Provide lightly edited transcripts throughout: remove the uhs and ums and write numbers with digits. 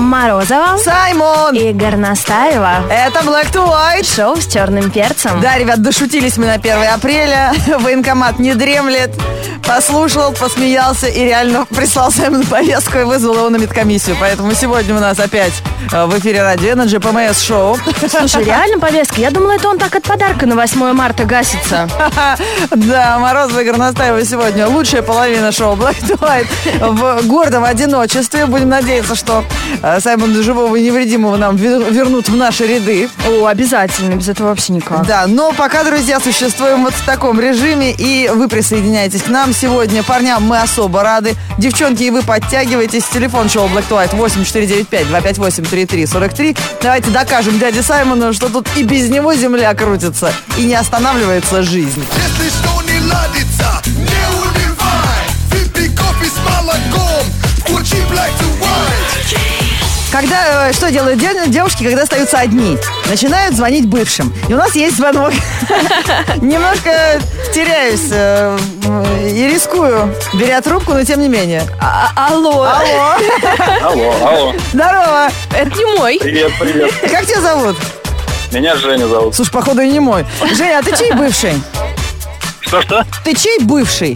Морозова, Саймон и Горностаева. Это Black to White. Шоу с черным перцем. Да, ребят, дошутились мы на 1 апреля. Военкомат не дремлет. Послушал, посмеялся и реально прислал Саймону повестку и вызвал его на медкомиссию. Поэтому сегодня у нас опять в эфире Радио Energy ПМС шоу. Слушай, реально повестка? Я думала, это он так от подарка на 8 марта гасится. Да, Морозова и Горностаева сегодня лучшая половина шоу Black to White в гордом одиночестве. Будем надеяться, что Саймона живого и невредимого нам вернут в наши ряды. О, обязательно, без этого вообще никак. Да, но пока, друзья, существуем вот в таком режиме, и вы присоединяетесь к нам сегодня. Парням мы особо рады. Девчонки, и вы подтягиваетесь. Телефон шоу Black to White 8495-258-3343. Давайте докажем дяде Саймону, что тут и без него земля крутится, и не останавливается жизнь. Если что не ладится, не унывай. Выпей кофе с молоком, включи Black to White. Когда, что делают девушки, когда остаются одни? Начинают звонить бывшим. И у нас есть звонок. Немножко теряюсь и рискую, беря трубку, но тем не менее. Алло. Алло. Здорово. Это не мой. Привет. Как тебя зовут? Меня Женя зовут. Слушай, походу, и не мой. Женя, а ты чей бывший? Что? Ты чей бывший?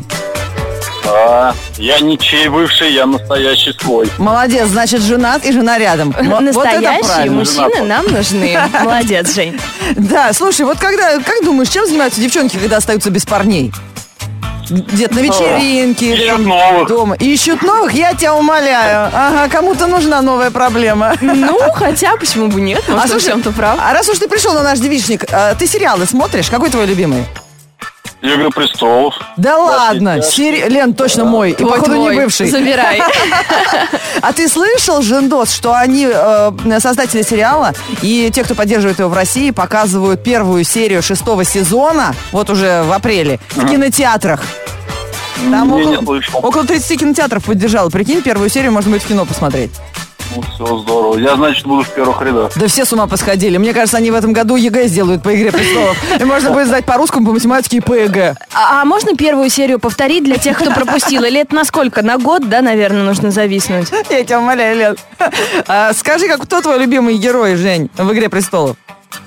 Я ничей бывший, я настоящий свой. Молодец, значит, женат и жена рядом. Вот это Настоящие правильно. мужчины нам нужны. Молодец, Жень. Да, слушай, вот как думаешь, чем занимаются девчонки, когда остаются без парней? Где-то на вечеринке или Ищут там новых. дома. Ищут новых? Я тебя умоляю. Ага, кому-то нужна новая проблема. Ну, хотя, почему бы нет? Может, в чем-то прав. А раз уж ты пришел на наш девичник, ты сериалы смотришь? Какой твой любимый? «Игры престолов». Да ладно, Лен, точно мой. И походу не Твой. бывший. Забирай. А ты слышал, Жендос, что они, создатели сериала, и те, кто поддерживает его в России, показывают первую серию 6-го сезона, вот уже в апреле, в кинотеатрах? Там Не слышал. около 30 кинотеатров поддержало. Прикинь, первую серию можно будет в кино посмотреть. Ну, все здорово. Я, значит, буду в первых рядах. Да все с ума посходили. Мне кажется, они в этом году ЕГЭ сделают по «Игре престолов». И можно будет сдать по русскому, по математике и по ЕГЭ. А можно первую серию повторить для тех, кто пропустил? Или это на сколько? На год, да, наверное, нужно зависнуть? Я тебя умоляю, Лен. Скажи, кто твой любимый герой, Жень, в «Игре престолов»?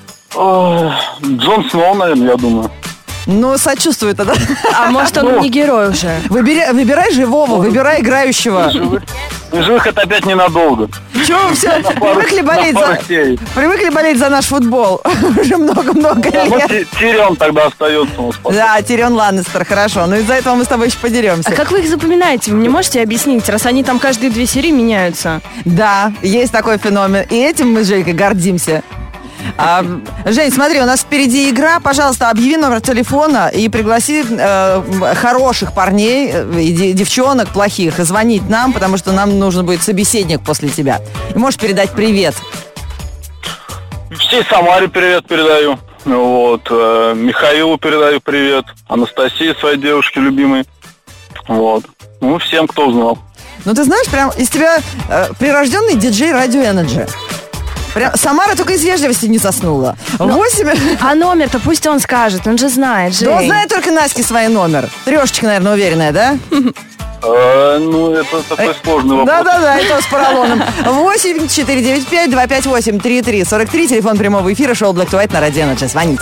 Джон Сноу, наверное, я думаю. Ну, сочувствую тогда. А может, он не герой уже? Выбирай живого, выбирай играющего. Живых это опять ненадолго. Чего вы все привыкли болеть за наш футбол? Уже много-много лет. Тирион тогда остается. Да, Тирион Ланнистер, хорошо. Но из-за этого мы с тобой еще подеремся. А как вы их запоминаете? Вы мне можете объяснить, раз они там каждые 2 серии меняются? Да, есть такой феномен. И этим мы с Женькой гордимся. Жень, смотри, у нас впереди игра. Пожалуйста, объяви номер телефона и пригласи хороших парней и девчонок плохих звонить нам, потому что нам нужен будет собеседник после тебя. И можешь передать привет. Всей Самаре привет передаю. Вот. Михаилу передаю привет. Анастасии, своей девушке любимой. Вот. Ну, всем, кто узнал. Ну, ты знаешь, прям из тебя прирожденный диджей Радио Energy. Прям Самара только из вежливости не заснула. 8... А номер-то пусть он скажет, он же знает, Жень. Да он знает только Наське свой номер. 3, наверное, уверенная, да? Ну, это такой сложный вопрос. Да, это с поролоном. 8-495-258-3343. Телефон прямого эфира, шоу Black to White на Радио Energy. Звоните.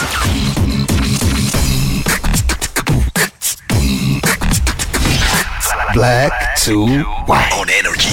Black to White on Energy.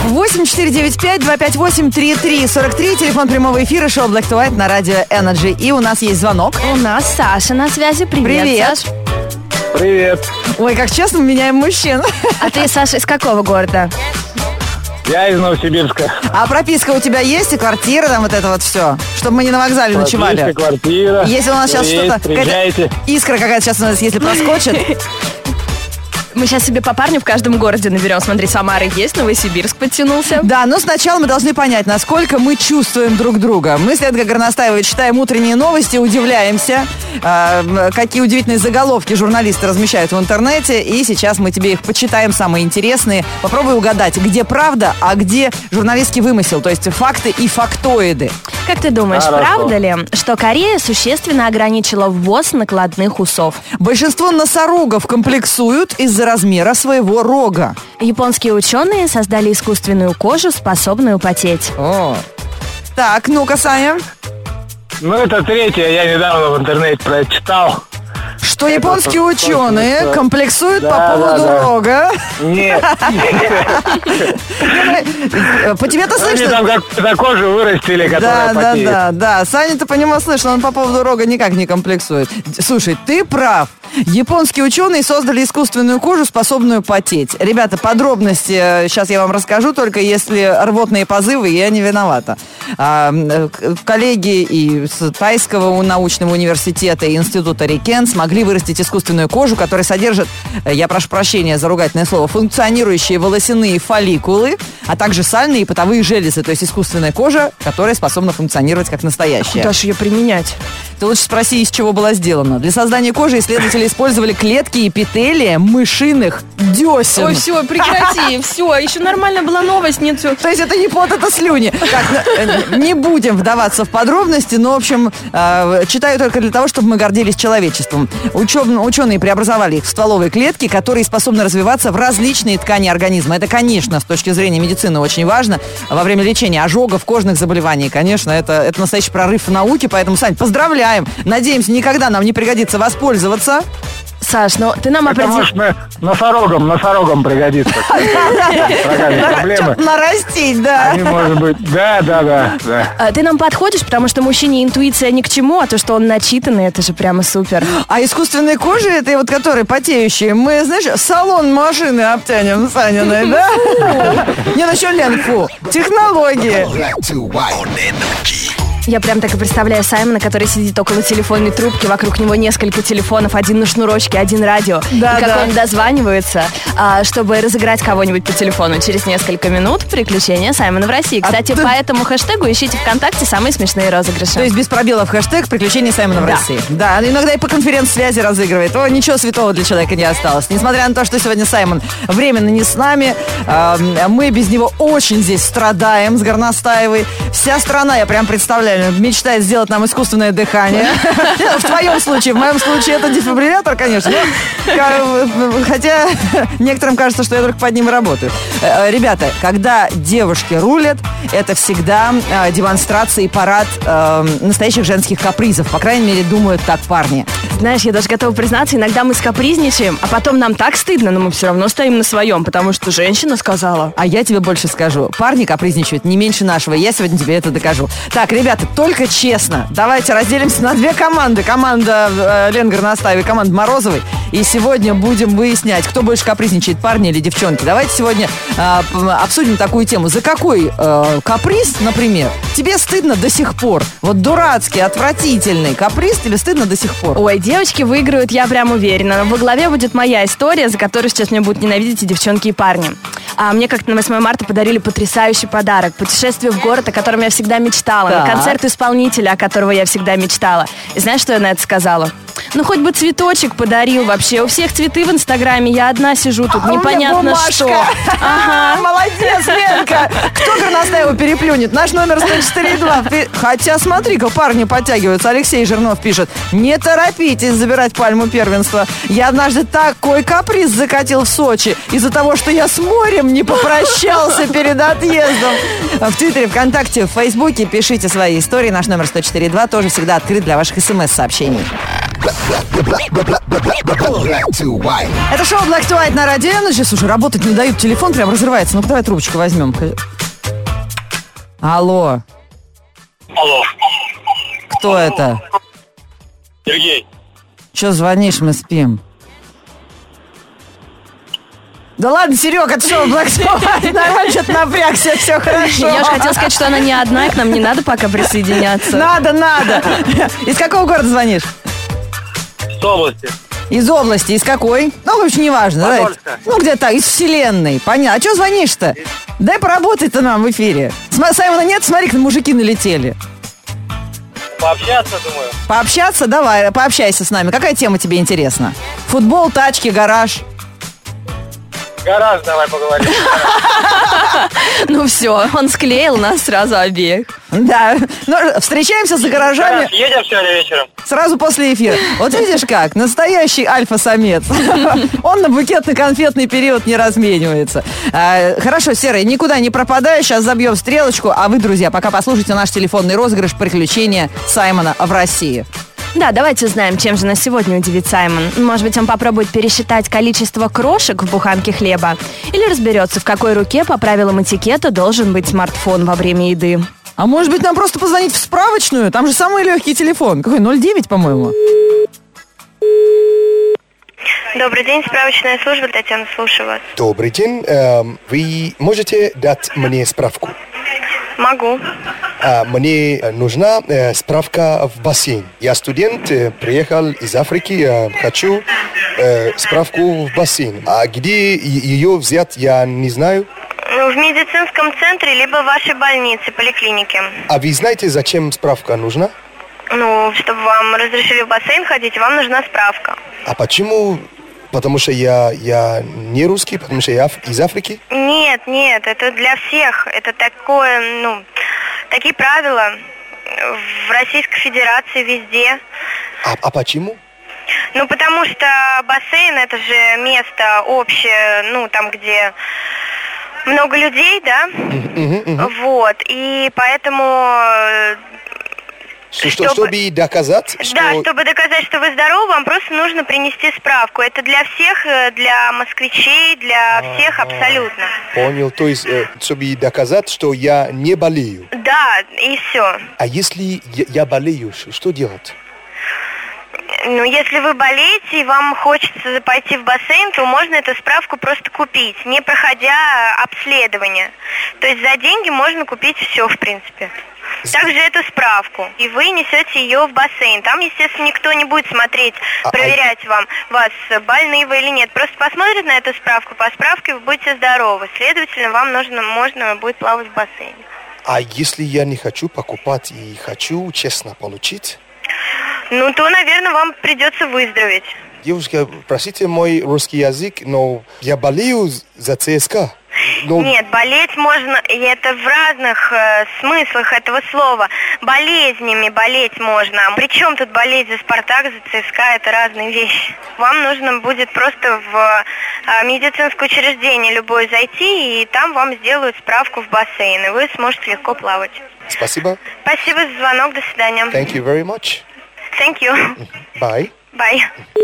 8-495-258-3343. Телефон прямого эфира, шоу Black to White на Радио Energy. И у нас есть звонок. У нас Саша на связи. Привет. Саш. Привет. Ой, как честно, мы меняем мужчин. А ты, Саша, из какого города? Я из Новосибирска. А прописка у тебя есть и квартира, там вот это вот все? Чтобы мы не на вокзале ночевали. Квартира. Если у нас сейчас что-то... Искра какая-то сейчас у нас, если проскочит... Мы сейчас себе по парню в каждом городе наберем. Смотри, Самара есть, Новосибирск подтянулся. Да, но сначала мы должны понять, насколько мы чувствуем друг друга. Мы с Ленкой Горностаевой читаем утренние новости, удивляемся, какие удивительные заголовки журналисты размещают в интернете. И сейчас мы тебе их почитаем, самые интересные. Попробуй угадать, где правда, а где журналистский вымысел. То есть факты и фактоиды. Как ты думаешь, правда ли, что Корея существенно ограничила ввоз накладных усов? Большинство носорогов комплексуют из-за размера своего рога. Японские ученые создали искусственную кожу, способную потеть. О. Так, ну-ка, Саня. Ну, это третье, я недавно в интернете прочитал. Что японские ученые комплексуют по поводу рога. Нет. По тебе-то Они слышно? там какую-то кожу вырастили, которая потеет. Да. Саня-то по нему слышно, он по поводу рога никак не комплексует. Слушай, ты прав. Японские ученые создали искусственную кожу, способную потеть. Ребята, подробности сейчас я вам расскажу, только если рвотные позывы, я не виновата. Коллеги из Тайского научного университета и института Рикен смогли вырастить искусственную кожу, которая содержит, я прошу прощения за ругательное слово, функционирующие волосяные фолликулы, а также сальные и потовые железы, то есть искусственная кожа, которая способна функционировать как настоящая. Куда же ее применять? Ты лучше спроси, из чего была сделана. Для создания кожи исследователи использовали клетки эпителия мышиных десен. Ой, все, прекрати, все, еще нормально была новость, нет, все. То есть это не пот, это слюни. Так, не будем вдаваться в подробности, но, в общем, читаю только для того, чтобы мы гордились человечеством. Ученые преобразовали их в стволовые клетки, которые способны развиваться в различные ткани организма. Это, конечно, с точки зрения медицины очень важно. Во время лечения ожогов, кожных заболеваний, конечно, это настоящий прорыв в науке, поэтому, Сань, поздравляем. Надеемся, никогда нам не пригодится воспользоваться. Саш, ну ты нам Это может носорогом пригодится. Проблемы. Нарастить, да. Они, может быть, да. Ты нам подходишь, потому что мужчине интуиция ни к чему, а то, что он начитанный, это же прямо супер. А искусственные кожи, это вот которые потеющие, мы, знаешь, салон машины обтянем Саниной, да? Не, ну что, Лен, фу. Технологии. Black to white. Я прям так и представляю Саймона, который сидит около телефонной трубки, вокруг него несколько телефонов, один на шнурочке, один радио. Да, и как да. он дозванивается, чтобы разыграть кого-нибудь по телефону. Через несколько минут приключения Саймона в России. Кстати, по этому хэштегу ищите ВКонтакте самые смешные розыгрыши. То есть без пробелов хэштег «Приключения Саймона в Да. России». Да, иногда и по конференц-связи разыгрывает. О, ничего святого для человека не осталось. Несмотря на то, что сегодня Саймон временно не с нами, мы без него очень здесь страдаем с Горностаевой. Вся страна, я прям представляю, мечтает сделать нам искусственное дыхание. В твоем случае, в моем случае это дефибриллятор, конечно. Хотя некоторым кажется, что я только под ним работаю. Ребята, когда девушки рулят, это всегда демонстрация и парад настоящих женских капризов. По крайней мере, думают так парни. Знаешь, я даже готова признаться, иногда мы скапризничаем, а потом нам так стыдно, но мы все равно стоим на своем, потому что женщина сказала. А я тебе больше скажу. Парни капризничают не меньше нашего. Я сегодня тебе это докажу. Так, ребята, только честно. Давайте разделимся на две команды. Команда Лены Горностаевой, команда Морозовой. И сегодня будем выяснять, кто больше капризничает, парни или девчонки. Давайте сегодня обсудим такую тему. За какой каприз, например, тебе стыдно до сих пор? Вот дурацкий, отвратительный каприз тебе стыдно до сих пор? Ой, девочки выиграют, я прям уверена. Во главе будет моя история, за которую сейчас меня будут ненавидеть и девчонки, и парни. А мне как-то на 8 марта подарили потрясающий подарок. Путешествие в город, о котором я всегда мечтала. Так. На концерт исполнителя, о которого я всегда мечтала. И знаешь, что я на это сказала? Ну, хоть бы цветочек подарил вообще. У всех цветы в Инстаграме, я одна сижу тут, А у меня непонятно бумажка. что. Ага. Молодец, Ленка! Кто Горностаеву переплюнет? Наш номер 104.2. Хотя, смотри-ка, парни подтягиваются. Алексей Жирнов пишет: не торопитесь забирать пальму первенства. Я однажды такой каприз закатил в Сочи из-за того, что я с морем не попрощался перед отъездом. В Твиттере, ВКонтакте, в Фейсбуке пишите свои истории. Наш номер 104.2 тоже всегда открыт для ваших СМС-сообщений. Black to white. Это шоу Black to White на Радио Energy. Слушай, работать не дают, телефон прям разрывается. Ну-ка, давай трубочку возьмем. Алло. Алло, Кто это? Сергей. Че звонишь, мы спим. Да ладно, Серега, это шоу Black to White. Нормально, что-то напрягся, все хорошо. Я же хотела сказать, что она не одна, и к нам не надо пока присоединяться. Надо. Из какого города звонишь? С области. Из области. Из какой? Ну, в общем, неважно. Да? Подольска. Ну, где-то так, из вселенной. Понятно. А что звонишь-то? Дай поработать-то нам в эфире. Саймона нет? Смотри-ка, мужики налетели. Пообщаться, думаю. Пообщаться? Давай, пообщайся с нами. Какая тема тебе интересна? Футбол, тачки, гараж. Гараж давай поговорим. Ну все, он склеил нас сразу обеих. Да. Ну, встречаемся за гаражами Едем сегодня вечером? сразу после эфира. Вот видишь как, настоящий альфа-самец. Он на букетно-конфетный период не разменивается. Хорошо, Серый, никуда не пропадай, сейчас забьем стрелочку. А вы, друзья, пока послушайте наш телефонный розыгрыш «Приключения Саймона в России». Да, давайте узнаем, чем же нас сегодня удивит Саймон. Может быть, он попробует пересчитать количество крошек в буханке хлеба. Или разберется, в какой руке по правилам этикета должен быть смартфон во время еды. А может быть, нам просто позвонить в справочную? Там же самый легкий телефон. Какой? 09, по-моему. Добрый день, справочная служба, Татьяна, слушаю вас. Добрый день. Вы можете дать мне справку? Могу. Мне нужна справка в бассейн. Я студент, приехал из Африки, хочу справку в бассейн. А где ее взять, я не знаю. В медицинском центре, либо в вашей больнице, поликлинике. А вы знаете, зачем справка нужна? Ну, чтобы вам разрешили в бассейн ходить, вам нужна справка. А почему? Потому что я не русский, потому что я из Африки? Нет, это для всех. Это такое, такие правила в Российской Федерации везде. А почему? Ну, потому что бассейн – это же место общее, там, где много людей, да? Вот, и поэтому... Чтобы доказать, что... Да, чтобы доказать, что вы здоровы, вам просто нужно принести справку. Это для всех, для москвичей, для всех абсолютно. Понял, то есть, чтобы доказать, что я не болею. Да, и все. А если я болею, что делать? Ну, если вы болеете и вам хочется пойти в бассейн, то можно эту справку просто купить, не проходя обследование. То есть за деньги можно купить все, в принципе. Также эту справку. И вы несете ее в бассейн. Там, естественно, никто не будет смотреть, проверять вас, больны вы или нет. Просто посмотрят на эту справку. По справке вы будете здоровы. Следовательно, вам можно будет плавать в бассейне. А если я не хочу покупать и хочу честно получить? Ну, то, наверное, вам придется выздороветь. Девушка, простите мой русский язык, но я болею за ЦСКА. Нет, болеть можно, и это в разных смыслах этого слова. Болезнями болеть можно. Причем тут болеть за «Спартак», за ЦСКА, это разные вещи. Вам нужно будет просто в медицинское учреждение любое зайти, и там вам сделают справку в бассейн, и вы сможете легко плавать. Спасибо. Спасибо за звонок, до свидания. Thank you very much. Thank you. Bye. Bye.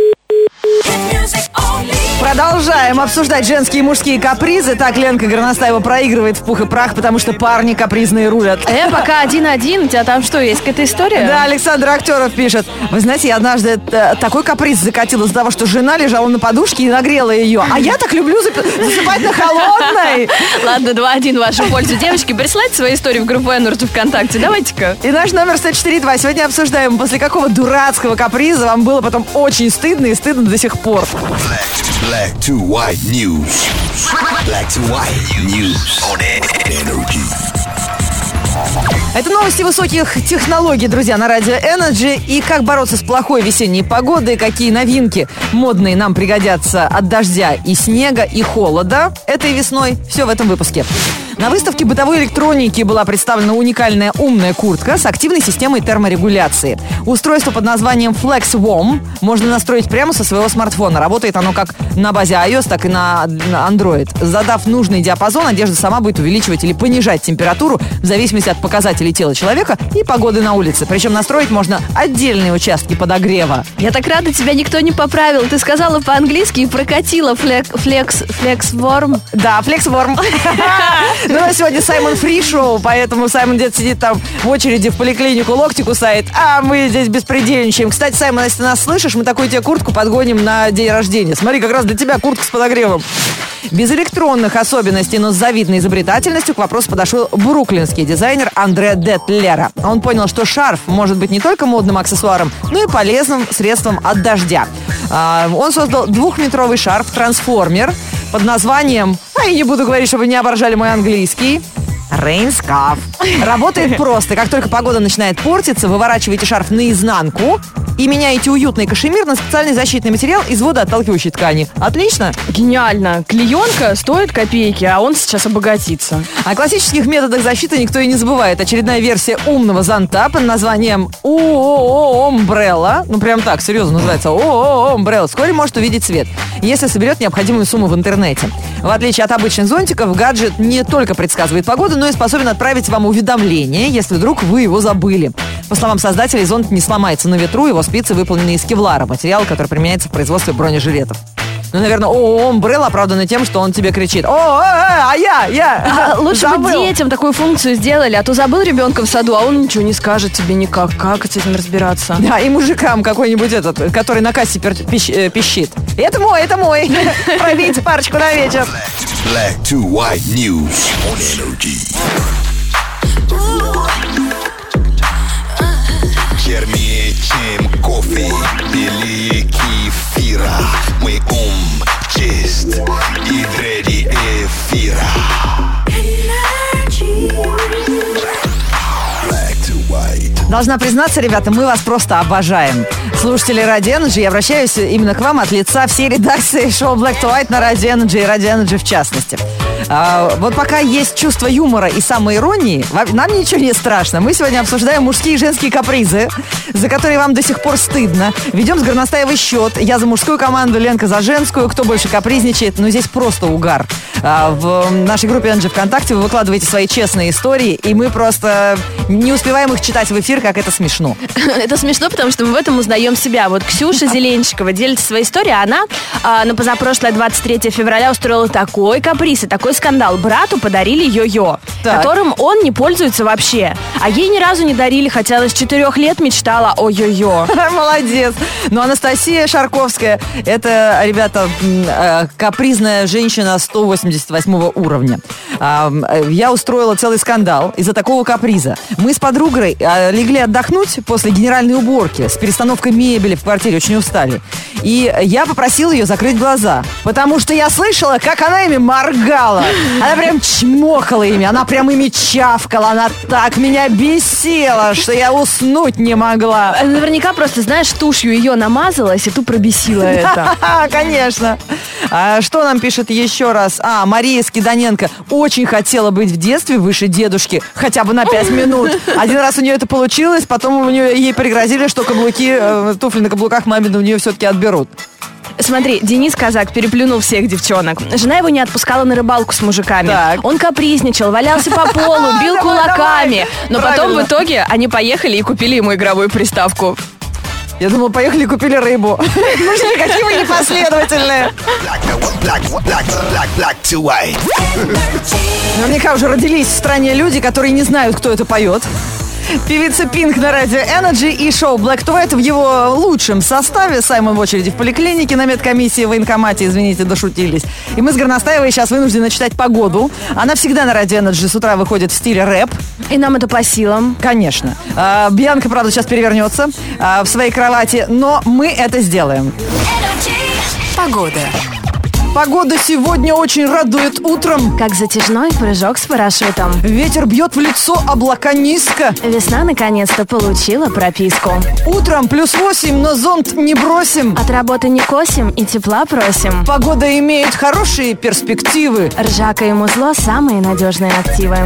Продолжаем обсуждать женские и мужские капризы. Так, Ленка Горностаева проигрывает в пух и прах, потому что парни капризные рулят. Пока 1-1. У тебя там что, есть какая-то история? Да, Александр Актеров пишет. Вы знаете, я однажды такой каприз закатила из-за того, что жена лежала на подушке и нагрела ее. А я так люблю засыпать на холодной. Ладно, 2-1 в вашу пользу. Девочки, присылайте свои истории в группу Энурту ВКонтакте. Давайте-ка. И наш номер 104.2. Сегодня обсуждаем, после какого дурацкого каприза вам было потом очень стыдно и стыдно до сих пор. Black to white news. Black to white news on Energy. Это новости высоких технологий, друзья, на радио Energy. И как бороться с плохой весенней погодой, какие новинки модные нам пригодятся от дождя и снега, и холода этой весной. Все в этом выпуске. На выставке бытовой электроники была представлена уникальная умная куртка с активной системой терморегуляции. Устройство под названием Flex Warm можно настроить прямо со своего смартфона. Работает оно как на базе iOS, так и на Android. Задав нужный диапазон, одежда сама будет увеличивать или понижать температуру в зависимости от показателей тела человека и погоды на улице. Причем настроить можно отдельные участки подогрева. Я так рада, тебя никто не поправил. Ты сказала по-английски и прокатила Flex Warm. Да, Flex Warm. Ну, а сегодня Саймон Фри шоу, поэтому Саймон где-то сидит там в очереди в поликлинику, локти кусает, а мы здесь беспредельничаем. Кстати, Саймон, если ты нас слышишь, мы такую тебе куртку подгоним на день рождения. Смотри, как раз для тебя куртка с подогревом. Без электронных особенностей, но с завидной изобретательностью к вопросу подошел бруклинский дизайнер Андре Детлера. Он понял, что шарф может быть не только модным аксессуаром, но и полезным средством от дождя. Он создал 2-метровый шарф-трансформер под названием, я не буду говорить, чтобы не оборжали мой английский, Рейнскаф. Работает просто. Как только погода начинает портиться, выворачиваете шарф наизнанку, и меняете уютный кашемир на специальный защитный материал из водоотталкивающей ткани. Отлично? Гениально. Клеенка стоит копейки, а он сейчас обогатится. О классических методах защиты никто и не забывает. Очередная версия умного зонта под названием ООО Umbrella, ну прям так, серьезно называется, ООО Umbrella, вскоре может увидеть свет, если соберет необходимую сумму в интернете. В отличие от обычных зонтиков, гаджет не только предсказывает погоду, но и способен отправить вам уведомление, если вдруг вы его забыли. По словам создателей, зонт не сломается на ветру, его спицы выполнены из кевлара, материал, который применяется в производстве бронежилетов. Ну, наверное, ООО Umbrella оправданы тем, что он тебе кричит: я Лучше забыл. бы детям такую функцию сделали, а то забыл ребенка в саду, а он ничего не скажет тебе никак. Как с этим разбираться? Да, и мужикам какой-нибудь этот, который на кассе пищит. Это мой. Пробейте парочку на вечер. Black to white news on Energy. Чернее, чем кофе, белее кефира. Мой ум чист и дреди эфира. Black to white. Должна признаться, ребята, мы вас просто обожаем. Слушатели Radio Energy, я обращаюсь именно к вам от лица всей редакции шоу Black to White на Radio Energy и Radio Energy в частности. Вот пока есть чувство юмора и самоиронии, нам ничего не страшно. Мы сегодня обсуждаем мужские и женские капризы, за которые вам до сих пор стыдно. Ведем с Горностаевой счет. Я за мужскую команду, Ленка за женскую. Кто больше капризничает? Ну, здесь просто угар. В нашей группе Energy ВКонтакте вы выкладываете свои честные истории, и мы просто не успеваем их читать в эфир, как это смешно. Это смешно, потому что мы в этом узнаем себя. Вот Ксюша Зеленщикова делится своей историей. Она на позапрошлое 23 февраля устроила такой каприз и такой скандал. Брату подарили йо-йо, которым он не пользуется вообще. А ей ни разу не дарили, хотя с 4 лет мечтала о йо-йо. Молодец. Ну, Анастасия Шарковская, это, ребята, капризная женщина 188 уровня. Я устроила целый скандал из-за такого каприза. Мы с подругой легли отдохнуть после генеральной уборки с перестановкой мебели в квартире, очень устали. И я попросила ее закрыть глаза, потому что я слышала, как она ими моргала. Она прям чмокала ими, она прям ими чавкала. Она так меня бесила, что я уснуть не могла. Наверняка просто, знаешь, тушью ее намазалась, и ту пробесила это. Конечно. Что нам пишет еще раз? Мария Скиданенко очень хотела быть в детстве выше дедушки, хотя бы на 5 минут. Один раз у нее это получилось, потом ей пригрозили, что каблуки, туфли на каблуках мамины у нее все-таки отберут. Смотри, Денис Казак переплюнул всех девчонок. Жена его не отпускала на рыбалку с мужиками. Так. Он капризничал, валялся по полу, бил кулаками. Но потом в итоге они поехали и купили ему игровую приставку. Я думала, поехали и купили рыбу. Мужики, какие вы непоследовательные. Black to white. Наверняка уже родились в стране люди, которые не знают, кто это поет. Певица Пинк на радио Energy и шоу Black to White в его лучшем составе. Саймон в очереди в поликлинике, на медкомиссии в военкомате, извините, дошутились. И мы с Горностаевой сейчас вынуждены читать погоду. Она всегда на радио Energy с утра выходит в стиле рэп. И нам это по силам. Конечно. Бьянка, правда, сейчас перевернется в своей кровати, но мы это сделаем. Погода. Погода сегодня очень радует утром. Как затяжной прыжок с парашютом. Ветер бьет в лицо, облака низко. Весна наконец-то получила прописку. Утром +8, но зонт не бросим. От работы не косим и тепла просим. Погода имеет хорошие перспективы. Ржака и музло – самые надежные активы.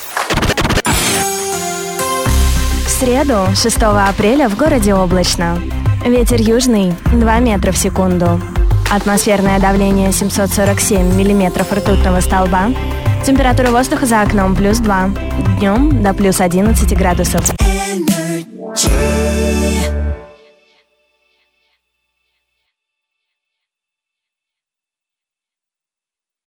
В среду, 6 апреля, в городе облачно. Ветер южный – 2 метра в секунду. Атмосферное давление 747 миллиметров ртутного столба. Температура воздуха за окном +2. Днем до +11 градусов.